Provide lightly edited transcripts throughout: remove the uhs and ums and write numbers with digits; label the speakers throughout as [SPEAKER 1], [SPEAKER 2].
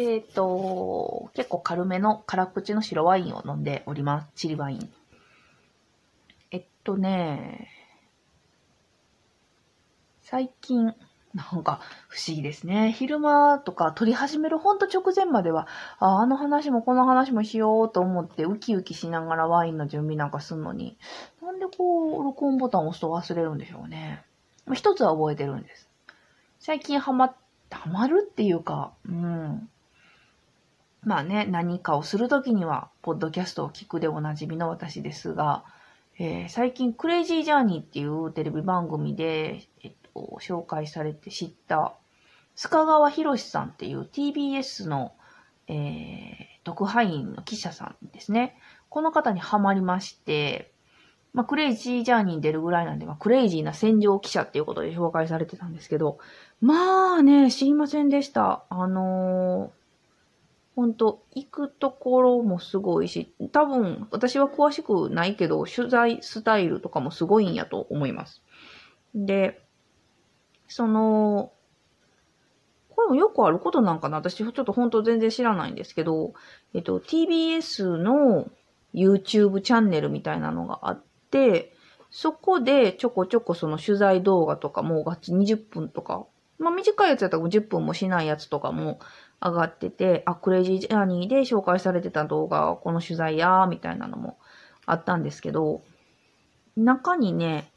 [SPEAKER 1] 結構軽めの辛口の白ワインを飲んでおります。チリワイン。最近、なんか不思議ですね。昼間とか撮り始めるほんと直前までは、あの話もこの話もしようと思ってウキウキしながらワインの準備なんかするのに、なんで録音ボタンを押すと忘れるんでしょうね。一つは覚えてるんです。最近ハマるっていうか、まあね、何かをするときには、ポッドキャストを聞くでおなじみの私ですが、最近、クレイジージャーニーっていうテレビ番組で、紹介されて知った、須賀川博さんっていう TBS の、特派員の記者さんですね。この方にハマりまして、クレイジージャーニーに出るぐらいなんで、クレイジーな戦場記者っていうことで紹介されてたんですけど、知りませんでした。ほんと、行くところもすごいし、多分、私は詳しくないけど、取材スタイルとかもすごいんやと思います。で、これもよくあることなんかな、私ちょっと本当全然知らないんですけど、TBS の YouTube チャンネルみたいなのがあって、そこでちょこちょこその取材動画とかもガチ20分とか、短いやつだったら10分もしないやつとかも上がってて、クレイジージャーニーで紹介されてた動画、この取材やみたいなのもあったんですけど、中にね、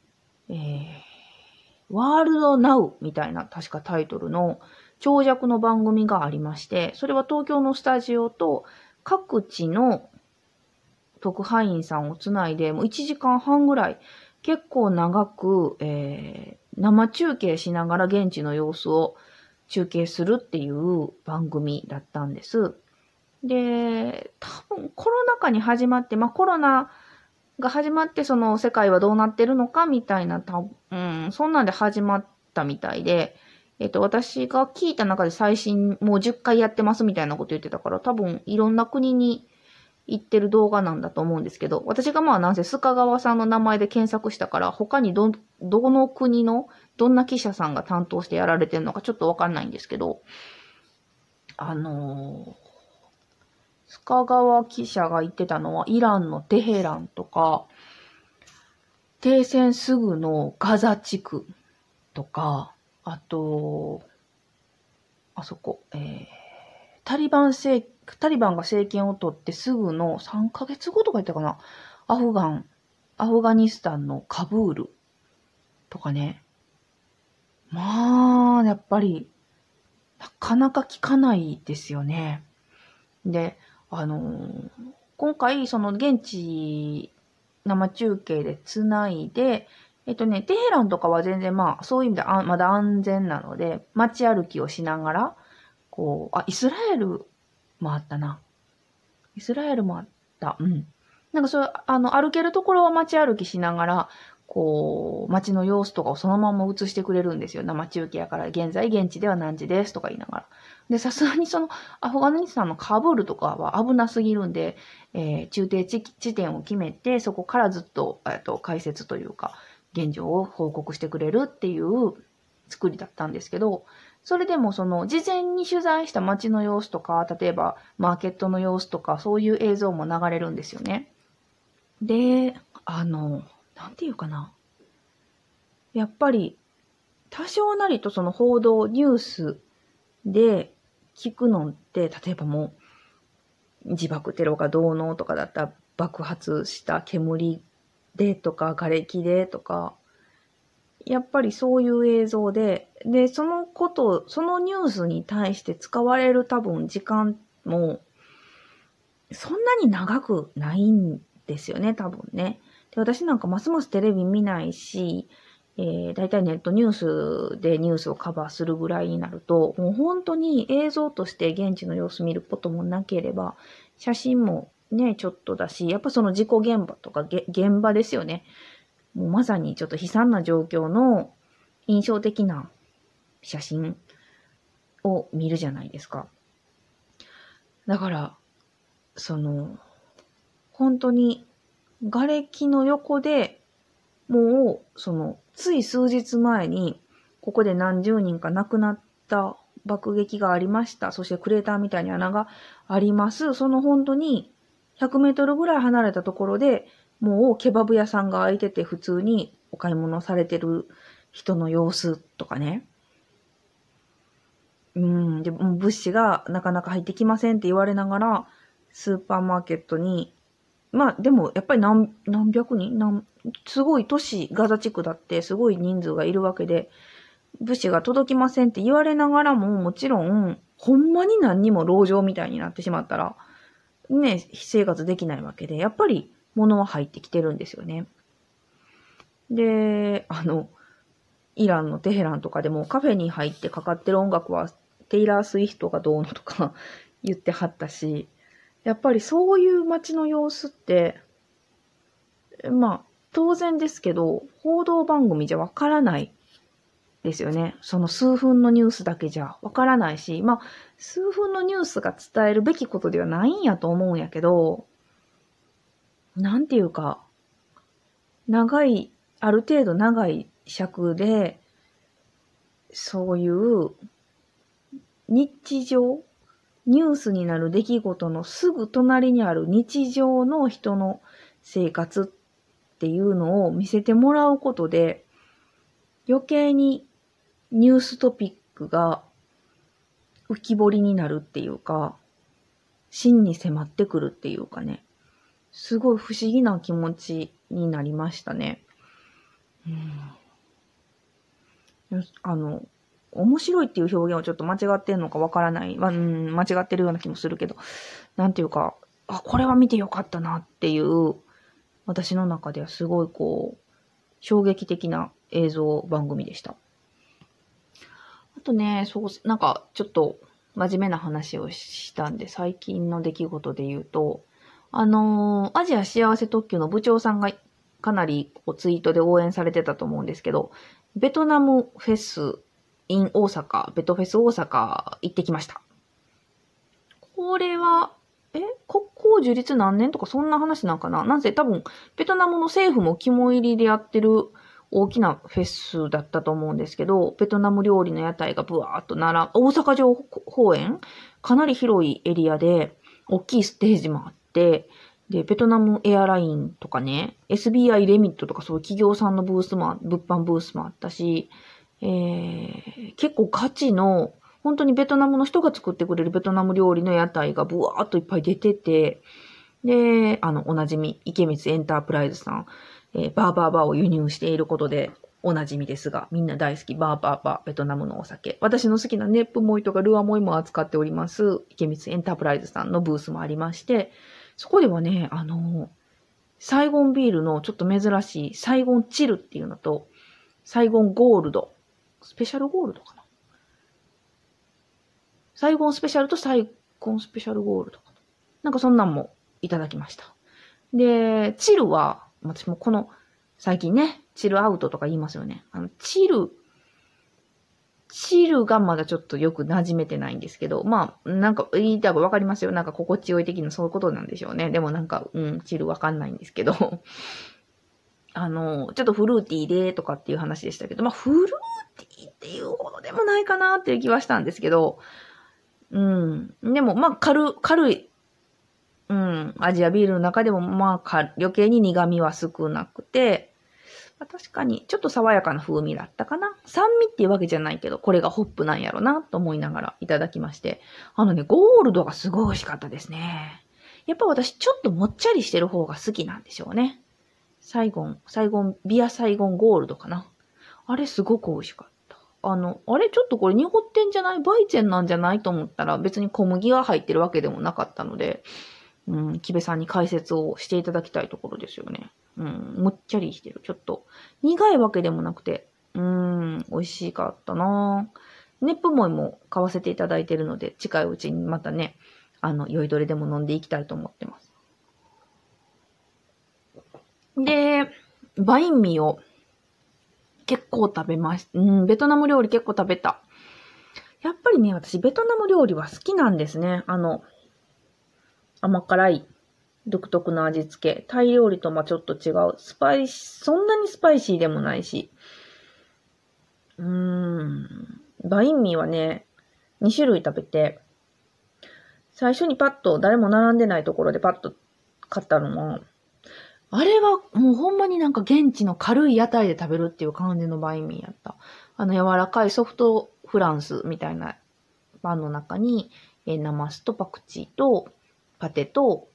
[SPEAKER 1] ワールドナウみたいな確かタイトルの長尺の番組がありまして、それは東京のスタジオと各地の特派員さんをつないで、もう1時間半ぐらい結構長く、生中継しながら現地の様子を中継するっていう番組だったんです。で、多分コロナ禍に始まって、コロナが始まってその世界はどうなってるのかみたいな、そんなんで始まったみたいで、私が聞いた中で最新もう10回やってますみたいなこと言ってたから、多分いろんな国に行ってる動画なんだと思うんですけど、私がなんせ須賀川さんの名前で検索したから、他にどの国のどんな記者さんが担当してやられてるのかちょっとわかんないんですけど、須賀川記者が言ってたのは、イランのテヘランとか、停戦すぐのガザ地区とか、あと、あそこ、タリバンが政権を取ってすぐの3ヶ月後とか言ったかな、アフガニスタンのカブールとかね。やっぱり、なかなか聞かないですよね。で、今回、その現地生中継でつないで、テヘランとかは全然そういう意味でまだ安全なので、街歩きをしながら、イスラエルもあったな。イスラエルもあった。なんか歩けるところは街歩きしながら、街の様子とかをそのまま映してくれるんですよ。生中継やから、現在現地では何時ですとか言いながら。で、さすがにアフガニスタンのカブールとかは危なすぎるんで、中継地点を決めて、そこからずっと、解説というか、現状を報告してくれるっていう作りだったんですけど、それでも事前に取材した街の様子とか、例えばマーケットの様子とか、そういう映像も流れるんですよね。で、なんていうかな。やっぱり、多少なりと報道、ニュースで聞くのって、例えばもう、自爆テロがどうのとかだったら、爆発した煙でとか、瓦礫でとか、やっぱりそういう映像で、そのニュースに対して使われる多分時間も、そんなに長くないんですよね、多分ね。で、私なんかますますテレビ見ないし、だいたいネットニュースでニュースをカバーするぐらいになると、もう本当に映像として現地の様子見ることもなければ、写真もね、ちょっとだし、やっぱその事故現場とか現場ですよね。もうまさにちょっと悲惨な状況の印象的な写真を見るじゃないですか。だから、本当に瓦礫の横でもう、つい数日前に、ここで何十人か亡くなった爆撃がありました。そしてクレーターみたいに穴があります。その本当に100メートルぐらい離れたところで、もうケバブ屋さんが開いてて普通にお買い物されてる人の様子とかね。で、物資がなかなか入ってきませんって言われながら、スーパーマーケットに、まあでもやっぱり何百人すごい都市、ガザ地区だってすごい人数がいるわけで、物資が届きませんって言われながらも、もちろん、ほんまに何にも籠城みたいになってしまったら、ね、生活できないわけで、やっぱり物は入ってきてるんですよね。で、イランのテヘランとかでもカフェに入ってかかってる音楽はテイラー・スウィフトがどうのとか言ってはったし、やっぱりそういう街の様子って、まあ、当然ですけど、報道番組じゃわからないですよね。その数分のニュースだけじゃわからないし、まあ、数分のニュースが伝えるべきことではないんやと思うんやけど、なんていうか、ある程度長い尺で、そういう日常、ニュースになる出来事のすぐ隣にある日常の人の生活っていうのを見せてもらうことで、余計にニューストピックが浮き彫りになるっていうか、真に迫ってくるっていうかね、すごい不思議な気持ちになりましたね。面白いっていう表現はちょっと間違ってんのかわからない。間違ってるような気もするけど、なんていうか、これは見てよかったなっていう、私の中ではすごい衝撃的な映像番組でした。あとね、なんかちょっと真面目な話をしたんで、最近の出来事で言うと、アジア幸せ特急の部長さんがかなりツイートで応援されてたと思うんですけど、ベトナムフェス in 大阪、ベトフェス大阪行ってきました。これは、国交樹立何年とかそんな話なんかな。なんせ多分、ベトナムの政府も肝入りでやってる大きなフェスだったと思うんですけど、ベトナム料理の屋台がブワーっと大阪城公園かなり広いエリアで、大きいステージもあって、で、ベトナムエアラインとかね、SBI レミットとかそういう企業さんの物販ブースもあったし、結構価値の、本当にベトナムの人が作ってくれるベトナム料理の屋台がブワーっといっぱい出てて、で、おなじみ、池光エンタープライズさん、バーバーバーを輸入していることでおなじみですが、みんな大好きバーバーバー、ベトナムのお酒。私の好きなネップモイとかルアモイも扱っております、池光エンタープライズさんのブースもありまして、そこではね、サイゴンビールのちょっと珍しいサイゴンチルっていうのと、サイゴンゴールド、スペシャルゴールドかな。サイゴンスペシャルとサイゴンスペシャルゴールドかな。なんかそんなんもいただきました。で、チルは、私も最近ね、チルアウトとか言いますよね。チルがまだちょっとよく馴染めてないんですけど、まあ、なんか言いたいかわかりますよ。なんか心地よい的なそういうことなんでしょうね。でもなんか、チルわかんないんですけど、ちょっとフルーティーでとかっていう話でしたけど、まあ、フルーティーっていうほどでもないかなっていう気はしたんですけど、でも、まあ、軽い、アジアビールの中でも、まあ、余計に苦味は少なくて、確かに、ちょっと爽やかな風味だったかな。酸味っていうわけじゃないけど、これがホップなんやろな、と思いながらいただきまして。ゴールドがすごい美味しかったですね。やっぱ私、ちょっともっちゃりしてる方が好きなんでしょうね。ビアサイゴンゴールドかな。あれすごく美味しかった。あれちょっとこれ濁ってんじゃないバイチェンなんじゃないと思ったら別に小麦が入ってるわけでもなかったので、木部さんに解説をしていただきたいところですよね。もっちゃりしてる。ちょっと、苦いわけでもなくて、美味しかったなぁ。ネップモイも買わせていただいているので、近いうちにまたね、酔いどれでも飲んでいきたいと思ってます。で、バインミーを結構食べました。ベトナム料理結構食べた。やっぱりね、私ベトナム料理は好きなんですね。甘辛い独特の味付け。タイ料理とちょっと違う。そんなにスパイシーでもないし。バインミーはね、 2種類食べて、最初にパッと誰も並んでないところでパッと買ったのは、あれはもうほんまになんか現地の軽い屋台で食べるっていう感じのバインミーやった。柔らかいソフトフランスみたいなパンの中に、ナマスとパクチーとパテと、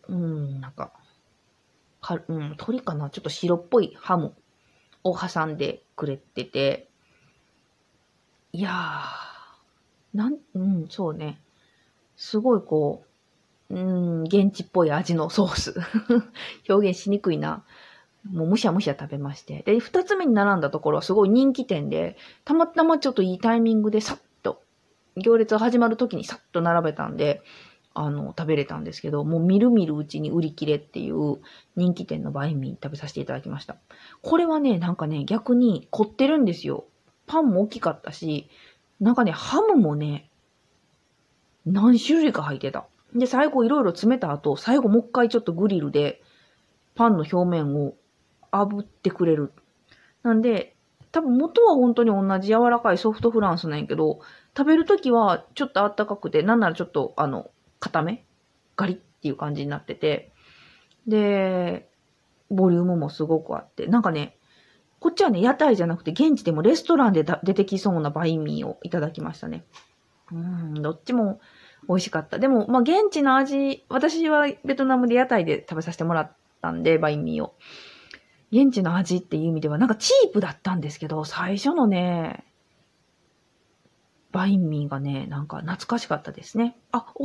[SPEAKER 1] 鶏かなちょっと白っぽいハムを挟んでくれてて、いやー、そうね。すごいこう、現地っぽい味のソース。表現しにくいな。もうむしゃむしゃ食べまして。で、二つ目に並んだところはすごい人気店で、たまたまちょっといいタイミングでさっと、行列が始まる時にさっと並べたんで、食べれたんですけど、もうみるみるうちに売り切れっていう人気店のバインミー食べさせていただきました。これはね、なんかね、逆に凝ってるんですよ。パンも大きかったし、なんかね、ハムもね、何種類か入ってた。で、最後いろいろ詰めた後、最後もう一回ちょっとグリルでパンの表面を炙ってくれる。なんで、多分元は本当に同じ柔らかいソフトフランスなんやけど、食べるときはちょっとあったかくて、なんならちょっと固めガリっていう感じになってて、で、ボリュームもすごくあって、なんかね、こっちはね、屋台じゃなくて現地でもレストランで出てきそうなバインミーをいただきましたね。どっちも美味しかった。でも、現地の味、私はベトナムで屋台で食べさせてもらったんで、バインミーを。現地の味っていう意味では、なんかチープだったんですけど、最初のね、バインミーがね、なんか懐かしかったですね。あ、